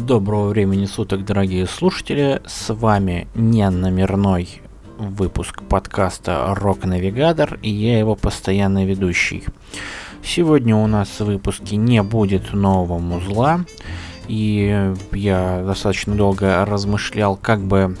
Доброго времени суток, дорогие слушатели, с вами не номерной выпуск подкаста «Рок-навигатор» и я его постоянный ведущий. Сегодня у нас в выпуске не будет нового музла, и я достаточно долго размышлял, как бы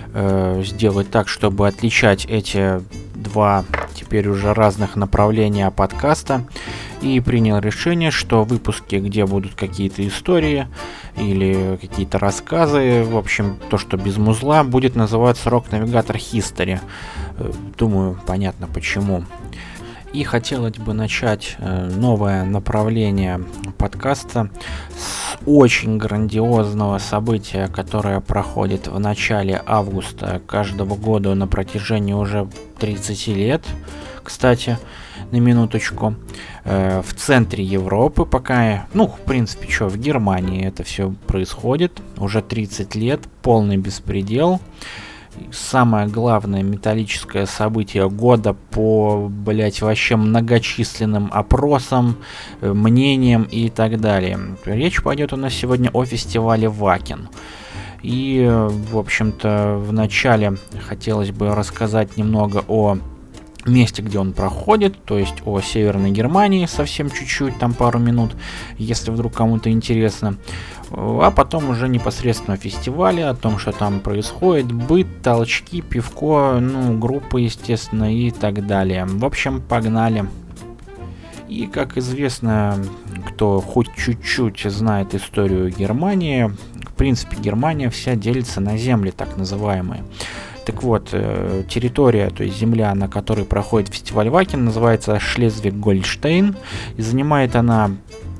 сделать так, чтобы отличать эти два теперь уже разных направления подкаста, и принял решение, что выпуски, где будут какие-то истории или какие-то рассказы, в общем, то, что без музла, будет называться «Рок-навигатор History». Думаю, понятно почему. И хотелось бы начать новое направление подкаста с очень грандиозного события, которое проходит в начале августа каждого года на протяжении уже 30 лет, кстати, на минуточку, в центре Европы пока, в принципе, в Германии это все происходит, уже 30 лет, полный беспредел. Самое главное металлическое событие года по, вообще многочисленным опросам, мнениям и так далее. Речь пойдет у нас сегодня о фестивале Wacken. И, в общем-то, вначале хотелось бы рассказать немного о месте, где он проходит, то есть о Северной Германии, совсем чуть-чуть, там пару минут, если вдруг кому-то интересно. А потом уже непосредственно о фестивале, о том, что там происходит, быт, толчки, пивко, группы, естественно, и так далее. В общем, погнали. И, как известно, кто хоть чуть-чуть знает историю Германии, в принципе, Германия вся делится на земли, так называемые. Так вот, территория, то есть земля, на которой проходит фестиваль Wacken, называется Шлезвиг-Гольштейн, и занимает она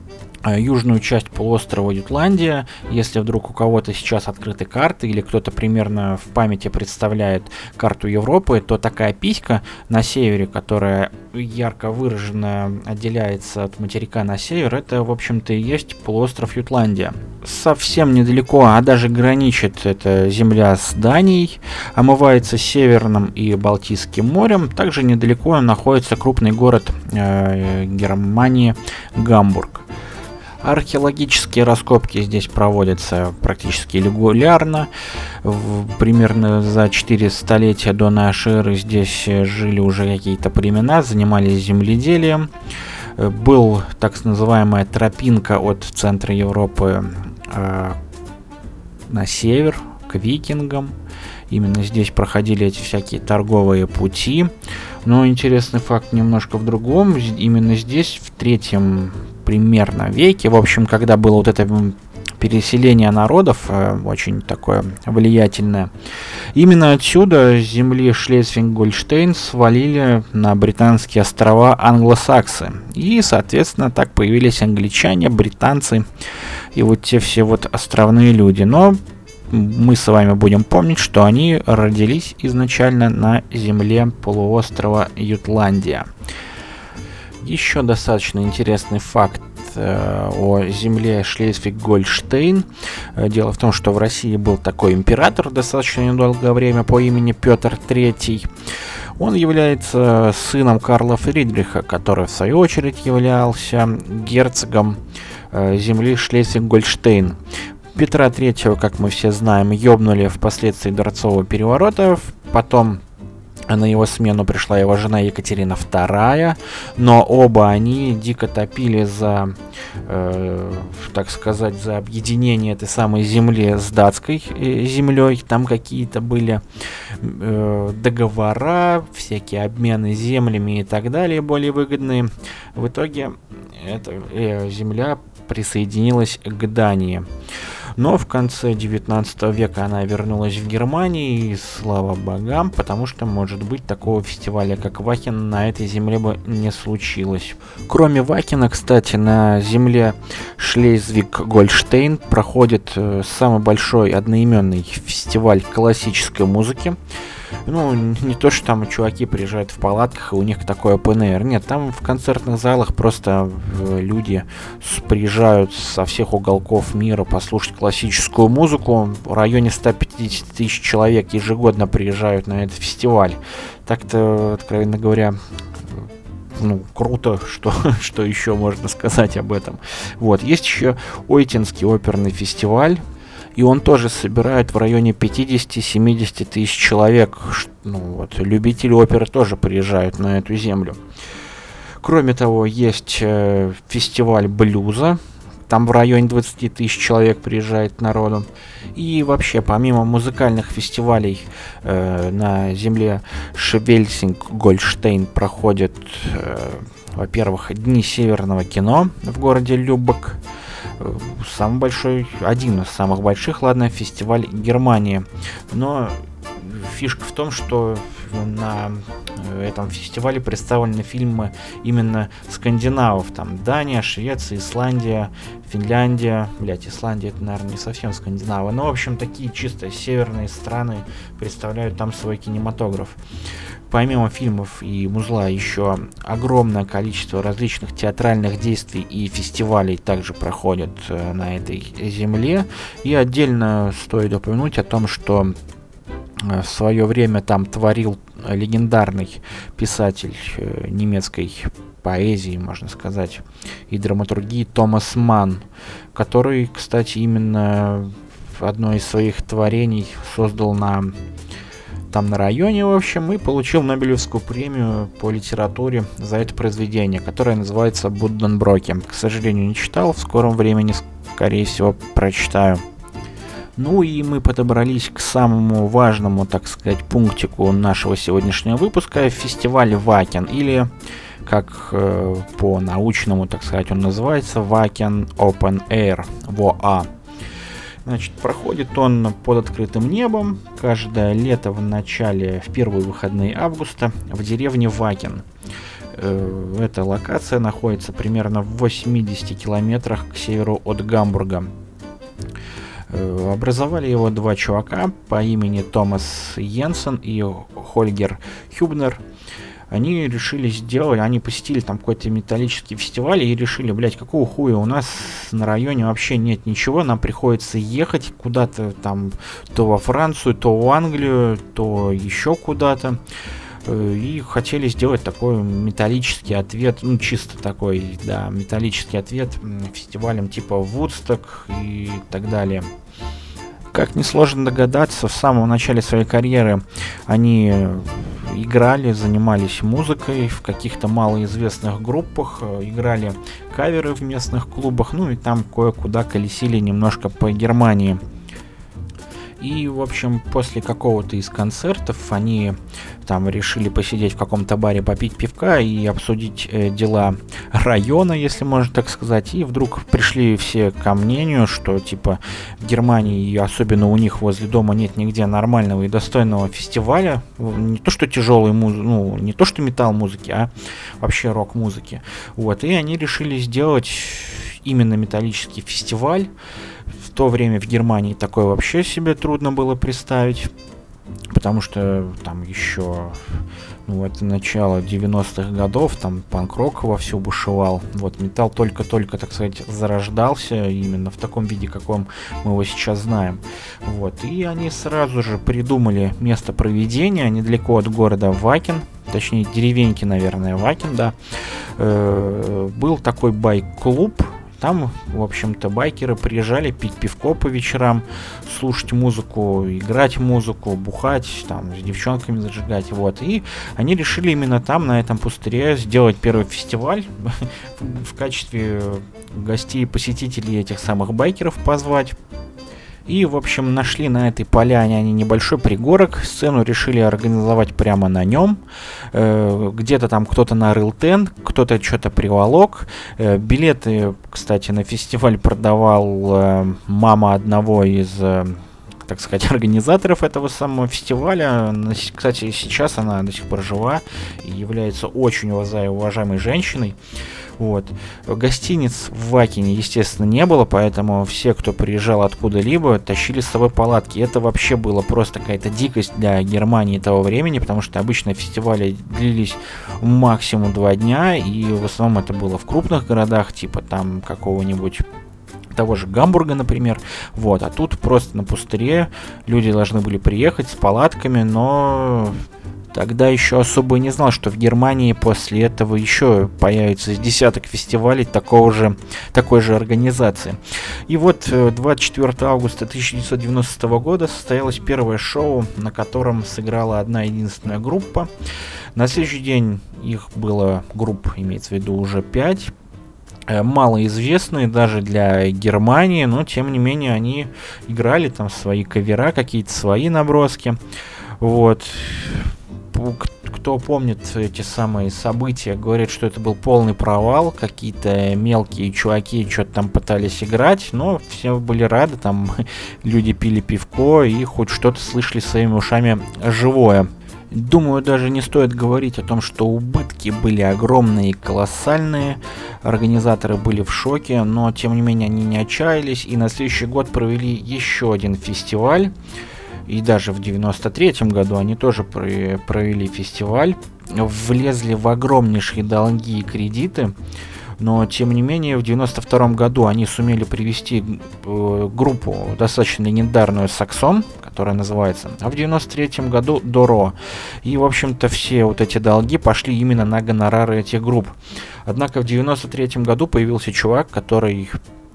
южную часть полуострова Ютландия. Если вдруг у кого-то сейчас открыты карты или кто-то примерно в памяти представляет карту Европы, то такая писька на севере, которая ярко выраженно отделяется от материка на север, это, в общем-то, и есть полуостров Ютландия. Совсем недалеко, а даже граничит эта земля с Данией, омывается Северным и Балтийским морем. Также недалеко находится крупный город Германии Гамбург. Археологические раскопки здесь проводятся практически регулярно. Примерно за 4 столетия до нашей эры здесь жили уже какие-то племена, занимались земледелием. Был так называемая тропинка от центра Европы на север, к викингам. Именно здесь проходили эти всякие торговые пути. Но интересный факт немножко в другом. Именно здесь, в 3 примерно веке, в общем, когда было вот это переселение народов, очень такое влиятельное, именно отсюда с земли Шлезвиг-Гольштейн свалили на британские острова англосаксы. И, соответственно, так появились англичане, британцы и вот те все вот островные люди. Но мы с вами будем помнить, что они родились изначально на земле полуострова Ютландия. Еще достаточно интересный факт о земле Шлезвиг-Гольштейн. Дело в том, что в России был такой император достаточно недолгое время по имени Петр III. Он является сыном Карла Фридриха, который в свою очередь являлся герцогом земли Шлезвиг-Гольштейн. Петра III, как мы все знаем, ёбнули впоследствии дворцового переворота, потом на его смену пришла его жена Екатерина II, но оба они дико топили за, так сказать, за объединение этой самой земли с датской землей. Там какие-то были договора, всякие обмены землями и так далее, более выгодные. В итоге эта земля присоединилась к Дании. Но в конце 19 века она вернулась в Германию, и слава богам, потому что, может быть, такого фестиваля, как Wacken, на этой земле бы не случилось. Кроме Вакена, кстати, на земле Шлезвиг-Гольштейн проходит самый большой одноименный фестиваль классической музыки. Не то, что там чуваки приезжают в палатках, и у них такое ПНР. Нет, там в концертных залах просто люди приезжают со всех уголков мира послушать классическую музыку. В районе 150 тысяч человек ежегодно приезжают на этот фестиваль. Так-то, откровенно говоря, круто, что еще можно сказать об этом. Вот, есть еще Ойтинский оперный фестиваль, и он тоже собирает в районе 50-70 тысяч человек. Любители оперы тоже приезжают на эту землю. Кроме того, есть фестиваль блюза. Там в районе 20 тысяч человек приезжает народу. И вообще, помимо музыкальных фестивалей на земле Швельсинг-Гольштейн проходят, во-первых, Дни северного кино в городе Любек. Самый большой, один из самых больших, фестиваль Германии. Но фишка в том, что на этом фестивале представлены фильмы именно скандинавов. Там Дания, Швеция, Исландия, Финляндия. Исландия это, наверное, не совсем скандинавы. Но, в общем, такие чисто северные страны представляют там свой кинематограф. Помимо фильмов и музла, еще огромное количество различных театральных действий и фестивалей также проходят на этой земле. И отдельно стоит упомянуть о том, что в свое время там творил легендарный писатель немецкой поэзии, можно сказать, и драматургии Томас Манн, который, кстати, именно одно из своих творений создал на районе, в общем, и получил Нобелевскую премию по литературе за это произведение, которое называется «Будденброки». К сожалению, не читал, в скором времени, скорее всего, прочитаю. И мы подобрались к самому важному, так сказать, пунктику нашего сегодняшнего выпуска — фестиваль Вакен, или, как по-научному, так сказать, он называется, Wacken Open Air, ВОА. Значит, проходит он под открытым небом каждое лето в первые выходные августа в деревне Вакен. Эта локация находится примерно в 80 километрах к северу от Гамбурга. Образовали его два чувака по имени Томас Йенсен и Хольгер Хюбнер. Они посетили там какой-то металлический фестиваль и решили, какого хуя, у нас на районе вообще нет ничего, нам приходится ехать куда-то там, то во Францию, то в Англию, то еще куда-то. И хотели сделать такой металлический ответ, чисто такой, да, металлический ответ фестивалям типа Вудсток и так далее. Как несложно догадаться, в самом начале своей карьеры они играли, занимались музыкой в каких-то малоизвестных группах, играли каверы в местных клубах, и там кое-куда колесили немножко по Германии. И, в общем, после какого-то из концертов они там решили посидеть в каком-то баре, попить пивка и обсудить дела района, если можно так сказать. И вдруг пришли все ко мнению, что типа в Германии, и особенно у них возле дома, нет нигде нормального и достойного фестиваля. Не то что тяжелой музыки, не то что металл музыки, а вообще рок музыки. Вот. И они решили сделать именно металлический фестиваль. В то время в Германии такое вообще себе трудно было представить, потому что там еще, это начало 90-х годов, там панк-рок вовсю бушевал, металл только-только, так сказать, зарождался именно в таком виде, каком мы его сейчас знаем, и они сразу же придумали место проведения недалеко от города Вакен, точнее деревеньки, наверное, Вакен, да, был такой байк-клуб. Там, в общем-то, байкеры приезжали пить пивко по вечерам, слушать музыку, играть музыку, бухать, там, с девчонками зажигать, И они решили именно там, на этом пустыре, сделать первый фестиваль, в качестве гостей и посетителей этих самых байкеров позвать. И, в общем, нашли на этой поляне они небольшой пригорок, сцену решили организовать прямо на нем. Где-то там кто-то нарыл тент, кто-то что-то приволок. Билеты, кстати, на фестиваль продавал мама одного из, так сказать, организаторов этого самого фестиваля. Кстати, сейчас она до сих пор жива и является очень уважаемой женщиной. Гостиниц в Вакене, естественно, не было, поэтому все, кто приезжал откуда-либо, тащили с собой палатки. Это вообще было просто какая-то дикость для Германии того времени, потому что обычно фестивали длились максимум 2 дня, и в основном это было в крупных городах, типа там какого-нибудь того же Гамбурга, например. А тут просто на пустыре люди должны были приехать с палатками, но Тогда еще особо не знал, что в Германии после этого еще появится десяток фестивалей такой же организации. И вот 24 августа 1990 года состоялось первое шоу, на котором сыграла одна единственная группа. На следующий день их было групп, имеется в виду уже 5. Малоизвестные даже для Германии, но тем не менее они играли там свои кавера, какие-то свои наброски. Вот. Кто помнит эти самые события, говорит, что это был полный провал, какие-то мелкие чуваки что-то там пытались играть, но все были рады, там люди пили пивко и хоть что-то слышали своими ушами живое. Думаю, даже не стоит говорить о том, что убытки были огромные и колоссальные, организаторы были в шоке, но тем не менее они не отчаялись и на следующий год провели еще один фестиваль. И даже в 93-м году они тоже провели фестиваль, влезли в огромнейшие долги и кредиты, но тем не менее в 92-м году они сумели привести группу достаточно легендарную Saxon, которая называется, а в 93-м году Doro. И в общем-то все вот эти долги пошли именно на гонорары этих групп. Однако в 93-м году появился чувак, который...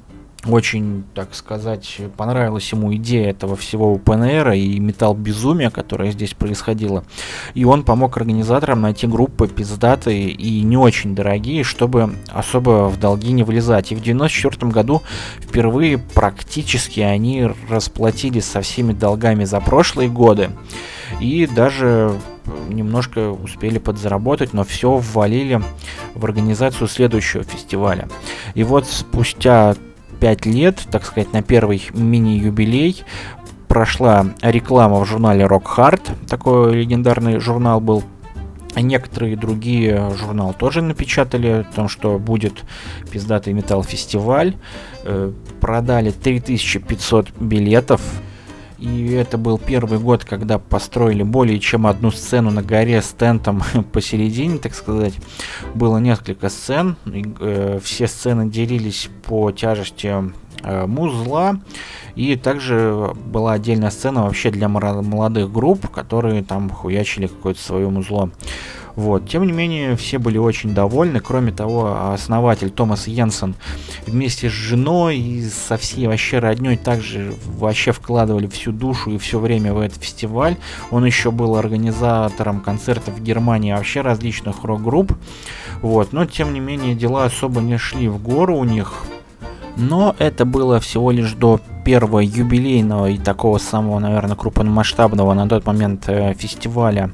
Очень, так сказать, понравилась ему идея этого всего open-air и металл-безумия, которое здесь происходило. И он помог организаторам найти группы пиздатые и не очень дорогие, чтобы особо в долги не влезать. И в 1994 году впервые практически они расплатились со всеми долгами за прошлые годы. И даже немножко успели подзаработать, но все ввалили в организацию следующего фестиваля. И вот спустя 5 лет, так сказать, на первый мини-юбилей прошла реклама в журнале Rock Hard, такой легендарный журнал был. Некоторые другие журналы тоже напечатали о том, что будет пиздатый металл-фестиваль. Продали 3500 билетов. И это был первый год, когда построили более чем одну сцену на горе с тентом посередине, так сказать. Было несколько сцен. Все сцены делились по тяжести музла. И также была отдельная сцена вообще для молодых групп, которые там хуячили какое-то свое музло. Вот. Тем не менее, все были очень довольны. Кроме того, основатель Томас Йенсен вместе с женой и со всей вообще родней также вообще вкладывали всю душу и все время в этот фестиваль. Он еще был организатором концертов в Германии, вообще различных рок-групп. Вот. Но, тем не менее, дела особо не шли в гору у них. Но это было всего лишь до первого юбилейного и такого самого, наверное, крупномасштабного на тот момент фестиваля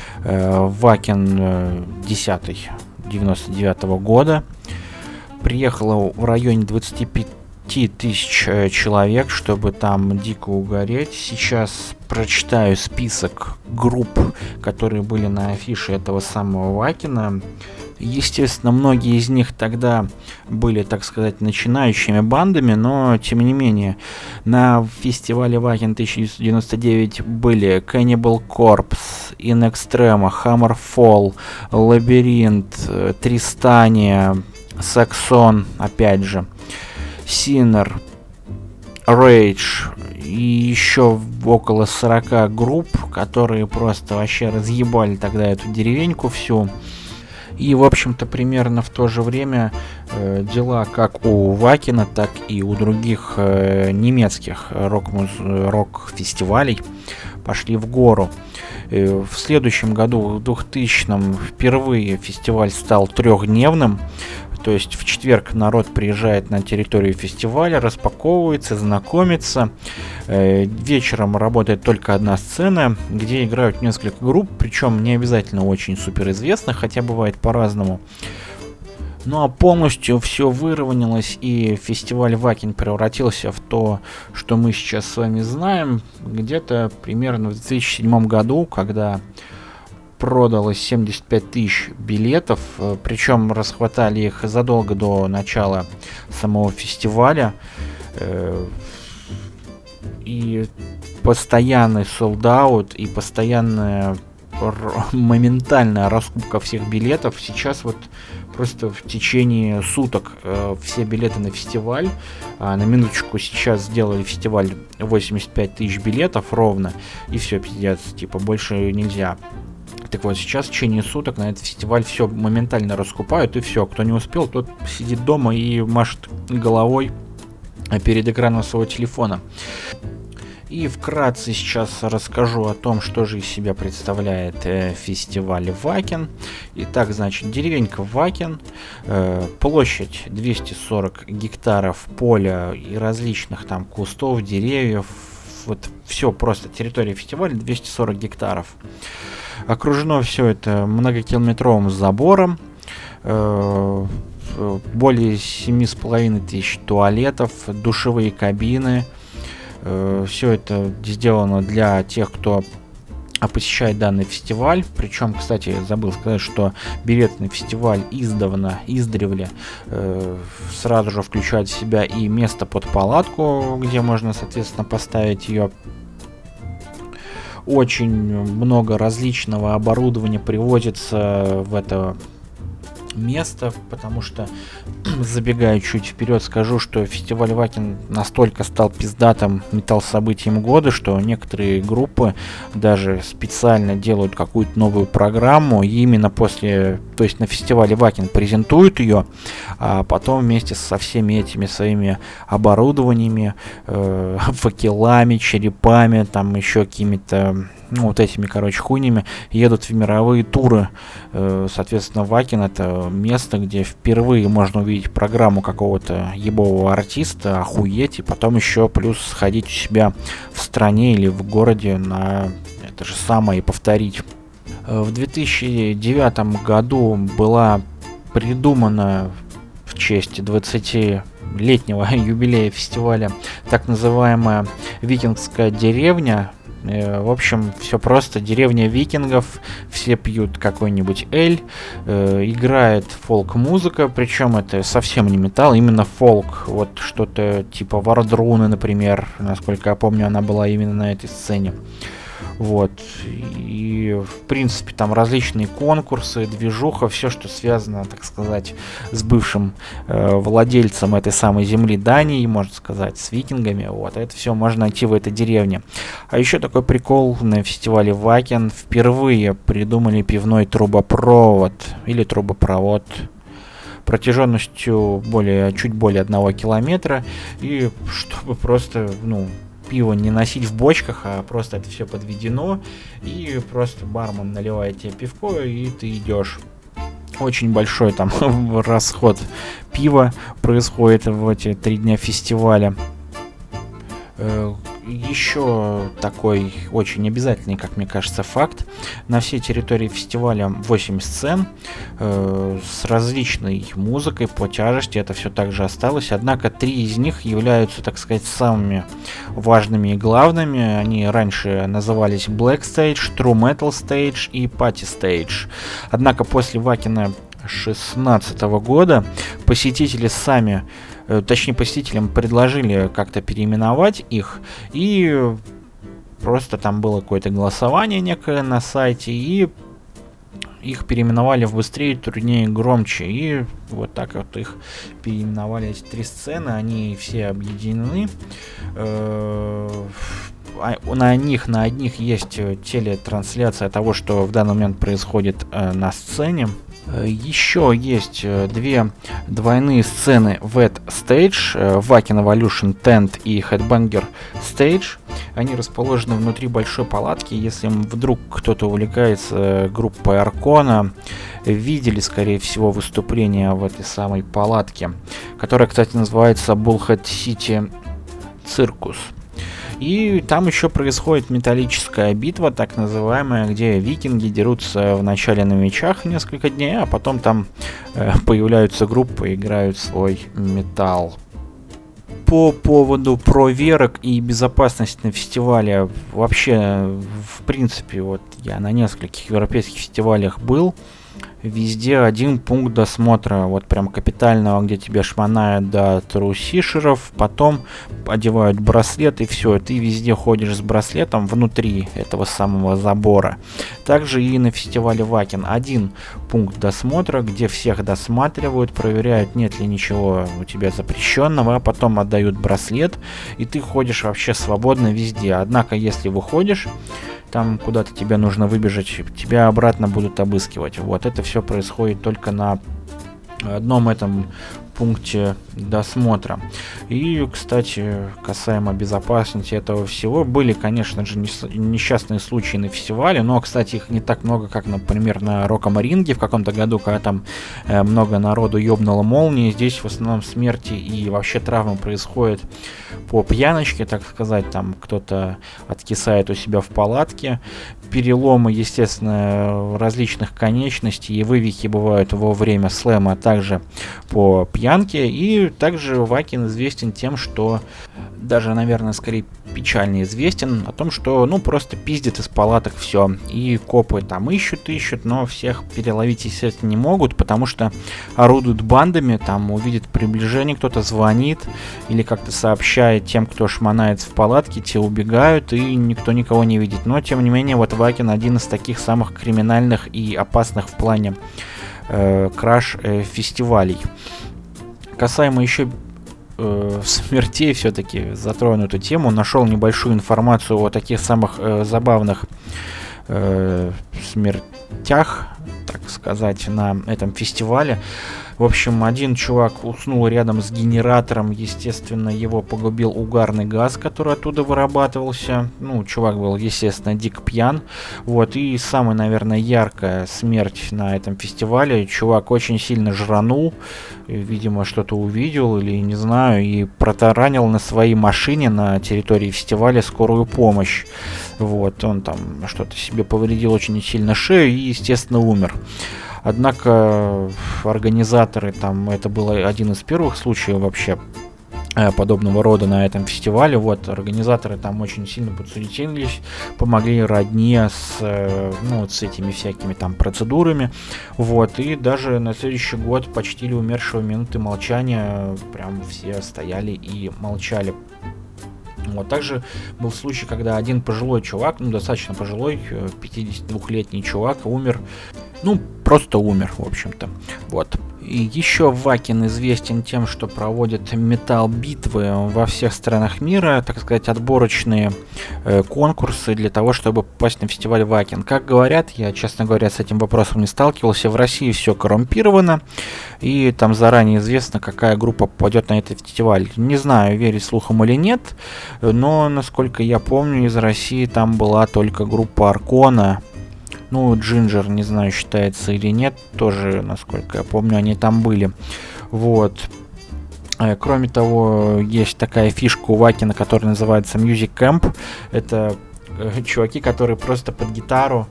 Wacken 10 99 года. Приехало в районе 25 тысяч человек, чтобы там дико угореть. Сейчас прочитаю список групп, которые были на афише этого самого Wacken. Естественно, многие из них тогда были, так сказать, начинающими бандами, но, тем не менее, на фестивале Wacken 1999 были Cannibal Corpse, In Extremo, Hammerfall, Labyrinth, Tristania, Saxon, опять же, Sinner, Rage и еще около 40 групп, которые просто вообще разъебали тогда эту деревеньку всю. И, в общем-то, примерно в то же время дела как у Вакена, так и у других немецких рок-фестивалей пошли в гору. В следующем году, в 2000-м, впервые фестиваль стал трехдневным. То есть в четверг народ приезжает на территорию фестиваля, распаковывается, знакомится. Вечером работает только одна сцена, где играют несколько групп, причем не обязательно очень суперизвестных, хотя бывает по-разному. Ну а полностью все выровнялось, и фестиваль Wacken превратился в то, что мы сейчас с вами знаем, где-то примерно в 2007 году, когда продалось 75 тысяч билетов, причем расхватали их задолго до начала самого фестиваля. И постоянный солд-аут и постоянная моментальная раскупка всех билетов. Сейчас вот просто в течение суток все билеты на фестиваль. На минуточку сейчас сделали фестиваль 85 тысяч билетов ровно. И все, пиздец, типа больше нельзя. Так вот, сейчас в течение суток на этот фестиваль все моментально раскупают, и все. Кто не успел, тот сидит дома и машет головой перед экраном своего телефона. И вкратце сейчас расскажу о том, что же из себя представляет фестиваль Вакен. Итак, значит, деревенька Вакен, площадь 240 гектаров поля и различных там кустов, деревьев. Вот все просто, территория фестиваля 240 гектаров. Окружено все это многокилометровым забором. Более 7500 туалетов, душевые кабины. Все это сделано для тех, кто посещает данный фестиваль. Причем, кстати, забыл сказать, что билет на фестиваль издревле сразу же включает в себя и место под палатку, где можно, соответственно, поставить ее. Очень много различного оборудования привозится в это место, потому что, забегая чуть вперед, скажу, что фестиваль Вакен настолько стал пиздатым металл-событием года, что некоторые группы даже специально делают какую-то новую программу, и именно после, то есть на фестивале Вакен презентуют ее, а потом вместе со всеми этими своими оборудованиями, факелами, черепами, там еще какими-то, ну, вот этими, короче, хуйнями, едут в мировые туры. Соответственно, Вакен — это место, где впервые можно увидеть программу какого-то ебового артиста, охуеть, и потом еще плюс сходить у себя в стране или в городе на это же самое и повторить. В 2009 году была придумана в честь 20-летнего юбилея фестиваля так называемая викингская деревня. В общем, все просто. Деревня викингов, все пьют какой-нибудь эль, играет фолк-музыка, причем это совсем не металл, именно фолк. Вот что-то типа Вардруны, например, насколько я помню, она была именно на этой сцене. Вот. И, в принципе, там различные конкурсы, движуха, все, что связано, так сказать, с бывшим владельцем этой самой земли Дании, можно сказать, с викингами. Вот. Это все можно найти в этой деревне. А еще такой прикол: на фестивале Вакен впервые придумали пивной трубопровод или трубопровод протяженностью чуть более 1 километра. И чтобы просто, пиво не носить в бочках, а просто это все подведено, и просто бармен наливает тебе пивко, и ты идешь. Очень большой там расход пива происходит в эти 3 дня фестиваля. Еще такой очень обязательный, как мне кажется, факт: на всей территории фестиваля 8 сцен с различной музыкой по тяжести, это все также осталось, однако 3 из них являются, так сказать, самыми важными и главными. Они раньше назывались Black Stage, True Metal Stage и Party Stage. Однако после Вакена 2016 года посетителям предложили как-то переименовать их, и просто там было какое-то голосование некое на сайте, и их переименовали в быстрее, труднее, громче, и вот так вот их переименовали, эти 3 сцены, они все объединены. На одних есть телетрансляция того, что в данный момент происходит на сцене. Еще есть 2 двойные сцены Wet Stage, Wacken Evolution Tent и Headbanger Stage. Они расположены внутри большой палатки. Если вдруг кто-то увлекается группой Аркона, видели, скорее всего, выступление в этой самой палатке, которая, кстати, называется Bullhead City Circus. И там еще происходит металлическая битва, так называемая, где викинги дерутся вначале на мечах несколько дней, а потом там появляются группы и играют свой металл. По поводу проверок и безопасности на фестивале, вообще, в принципе, вот я на нескольких европейских фестивалях был. Везде один пункт досмотра, вот прям капитального, где тебя шмонают до трусишеров, потом одевают браслет, и все, ты везде ходишь с браслетом внутри этого самого забора. Также и на фестивале Вакен один пункт досмотра, где всех досматривают, проверяют, нет ли ничего у тебя запрещенного, а потом отдают браслет, и ты ходишь вообще свободно везде. Однако, если выходишь, там куда-то тебе нужно выбежать, тебя обратно будут обыскивать. Вот это все происходит только на одном этом пункте досмотра. И, кстати, касаемо безопасности этого всего, были, конечно же, несчастные случаи на фестивале, но, кстати, их не так много, как, например, на Рок am Ring в каком-то году, когда там много народу ёбнуло молнии. Здесь в основном смерти и вообще травмы происходят по пьяночке, так сказать, там кто-то откисает у себя в палатке, переломы, естественно, различных конечностей и вывихи бывают во время слэма, а также по пьянке. И также Вакин известен тем, что даже, наверное, скорее печально известен о том, что, просто пиздит из палаток все. И копы там ищут, но всех переловить, естественно, не могут, потому что орудуют бандами, там увидит приближение, кто-то звонит или как-то сообщает тем, кто шмонается в палатке, те убегают, и никто никого не видит. Но, тем не менее, вот Вакин один из таких самых криминальных и опасных в плане краш-фестивалей. Касаемо еще смертей, все-таки затрону эту тему, нашел небольшую информацию о таких самых забавных смертях, так сказать, на этом фестивале. В общем, один чувак уснул рядом с генератором, естественно, его погубил угарный газ, который оттуда вырабатывался. Чувак был, естественно, дико пьян. Вот, и самая, наверное, яркая смерть на этом фестивале. Чувак очень сильно жранул, видимо, что-то увидел или не знаю, и протаранил на своей машине на территории фестиваля скорую помощь. Вот, он там что-то себе повредил очень сильно шею и, естественно, умер. Однако организаторы, это был один из первых случаев вообще подобного рода на этом фестивале. Вот, организаторы там очень сильно подсуетились, помогли родне с этими всякими там процедурами. Вот, и даже на следующий год почтили умершего минуты молчания, прям все стояли и молчали. Вот, также был случай, когда один пожилой чувак, достаточно пожилой, 52-летний чувак, умер, просто умер, в общем-то. Вот. И еще Вакин известен тем, что проводит метал-битвы во всех странах мира, так сказать, отборочные конкурсы для того, чтобы попасть на фестиваль Вакин. Как говорят, я, честно говоря, с этим вопросом не сталкивался, в России все коррумпировано, и там заранее известно, какая группа попадет на этот фестиваль. Не знаю, верить слухам или нет, но, насколько я помню, из России там была только группа Аркона. Джинджер, не знаю, считается или нет, тоже, насколько я помню, они там были. Вот. Кроме того, есть такая фишка у Вакина, которая называется Music Camp. Это чуваки, которые просто под гитару,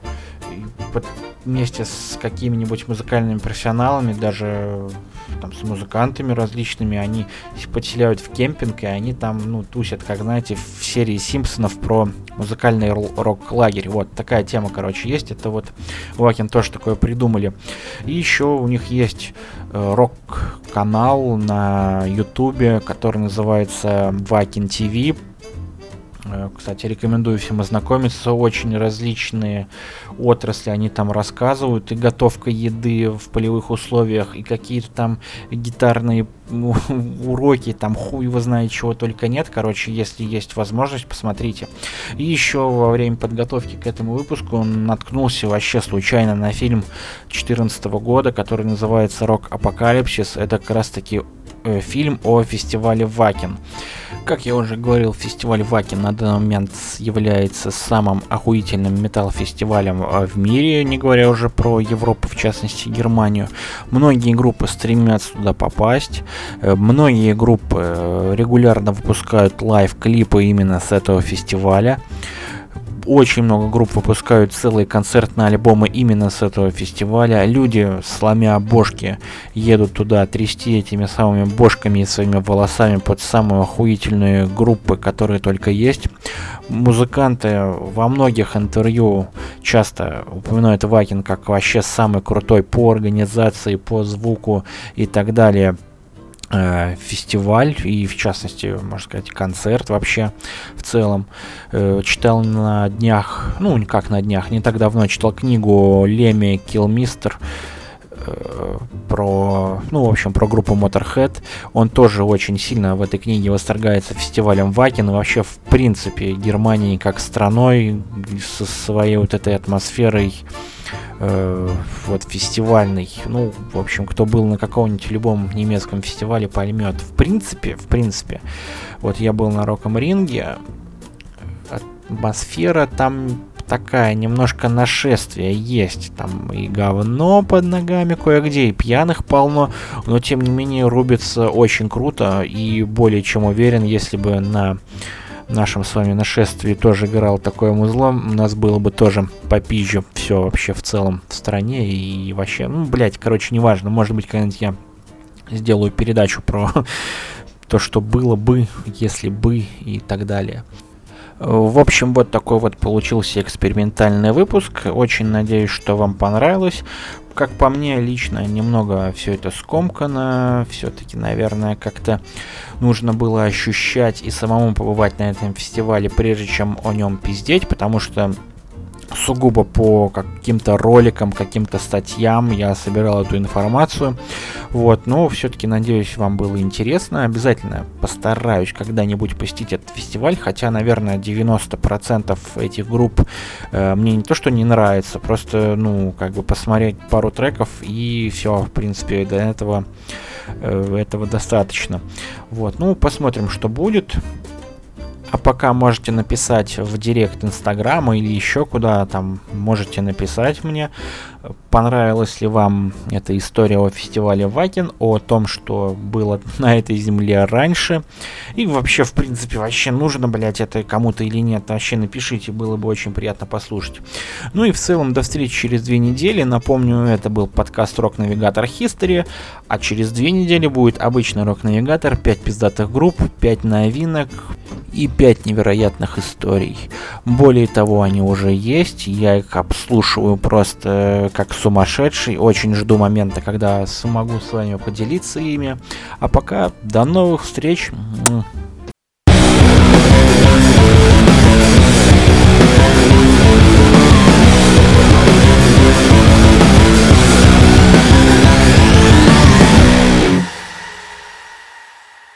вместе с какими-нибудь музыкальными профессионалами, даже там с музыкантами различными, они подселяют в кемпинг, и они там, тусят, как, знаете, в серии Симпсонов про музыкальный рок-лагерь. Вот такая тема, есть. Это вот Вакин тоже такое придумали. И еще у них есть рок-канал на Ютубе, который называется Вакин ТВ. Кстати, рекомендую всем ознакомиться. Очень различные отрасли они там рассказывают. И готовка еды в полевых условиях, и какие-то там гитарные уроки, там хуй его знает, чего только нет. Если есть возможность, посмотрите. И еще во время подготовки к этому выпуску он наткнулся вообще случайно на фильм 2014 года, который называется «Рок Апокалипсис». Это как раз таки фильм о фестивале Вакин. Как я уже говорил, фестиваль Вакин на данный момент является самым охуительным метал-фестивалем в мире, не говоря уже про Европу, в частности Германию. Многие группы стремятся туда попасть. Многие группы регулярно выпускают лайв-клипы именно с этого фестиваля. Очень много групп выпускают целые концертные альбомы именно с этого фестиваля. Люди, сломя бошки, едут туда трясти этими самыми бошками и своими волосами под самые охуительные группы, которые только есть. Музыканты во многих интервью часто упоминают Вакин как вообще самый крутой по организации, по звуку и так далее фестиваль, и в частности, можно сказать, концерт вообще в целом. Читал на днях, не так давно читал книгу Леми Килмистер про группу Motorhead. Он тоже очень сильно в этой книге восторгается фестивалем Wacken, и вообще, в принципе, Германией как страной, со своей вот этой атмосферой вот фестивальный. Ну, в общем, кто был на каком-нибудь любом немецком фестивале, поймет. В принципе, вот я был на Рок am Ринге, атмосфера там такая, немножко нашествие есть. Там и говно под ногами кое-где, и пьяных полно, но тем не менее рубится очень круто, и более чем уверен, если бы на нашем с вами нашествии тоже играл такое музло, у нас было бы тоже попизже все вообще в целом в стране, и вообще, неважно, может быть, когда-нибудь я сделаю передачу про то, что было бы, если бы, и так далее. В общем, вот такой вот получился экспериментальный выпуск. Очень надеюсь, что вам понравилось. Как по мне, лично немного все это скомкано. Все-таки, наверное, как-то нужно было ощущать и самому побывать на этом фестивале, прежде чем о нем пиздеть, потому что сугубо по каким-то роликам, каким-то статьям я собирал эту информацию. Вот, но все-таки, надеюсь, вам было интересно. Обязательно постараюсь когда-нибудь посетить этот фестиваль, хотя, наверное, 90% этих групп мне не то что не нравится, просто, посмотреть пару треков, и все, в принципе, до этого достаточно. Вот, посмотрим, что будет. А пока можете написать в директ Инстаграма или еще куда там, можете написать мне, понравилась ли вам эта история о фестивале Wacken, о том, что было на этой земле раньше, и вообще, в принципе, вообще нужно, это кому-то или нет, вообще напишите, было бы очень приятно послушать. Ну и в целом, до встречи через 2 недели. Напомню, это был подкаст Rock Navigator History, а через 2 недели будет обычный Rock Navigator, 5 пиздатых групп, 5 новинок и 5 невероятных историй. Более того, они уже есть, я их обслушиваю просто как сумасшедший. Очень жду момента, когда смогу с вами поделиться ими. А пока, до новых встреч.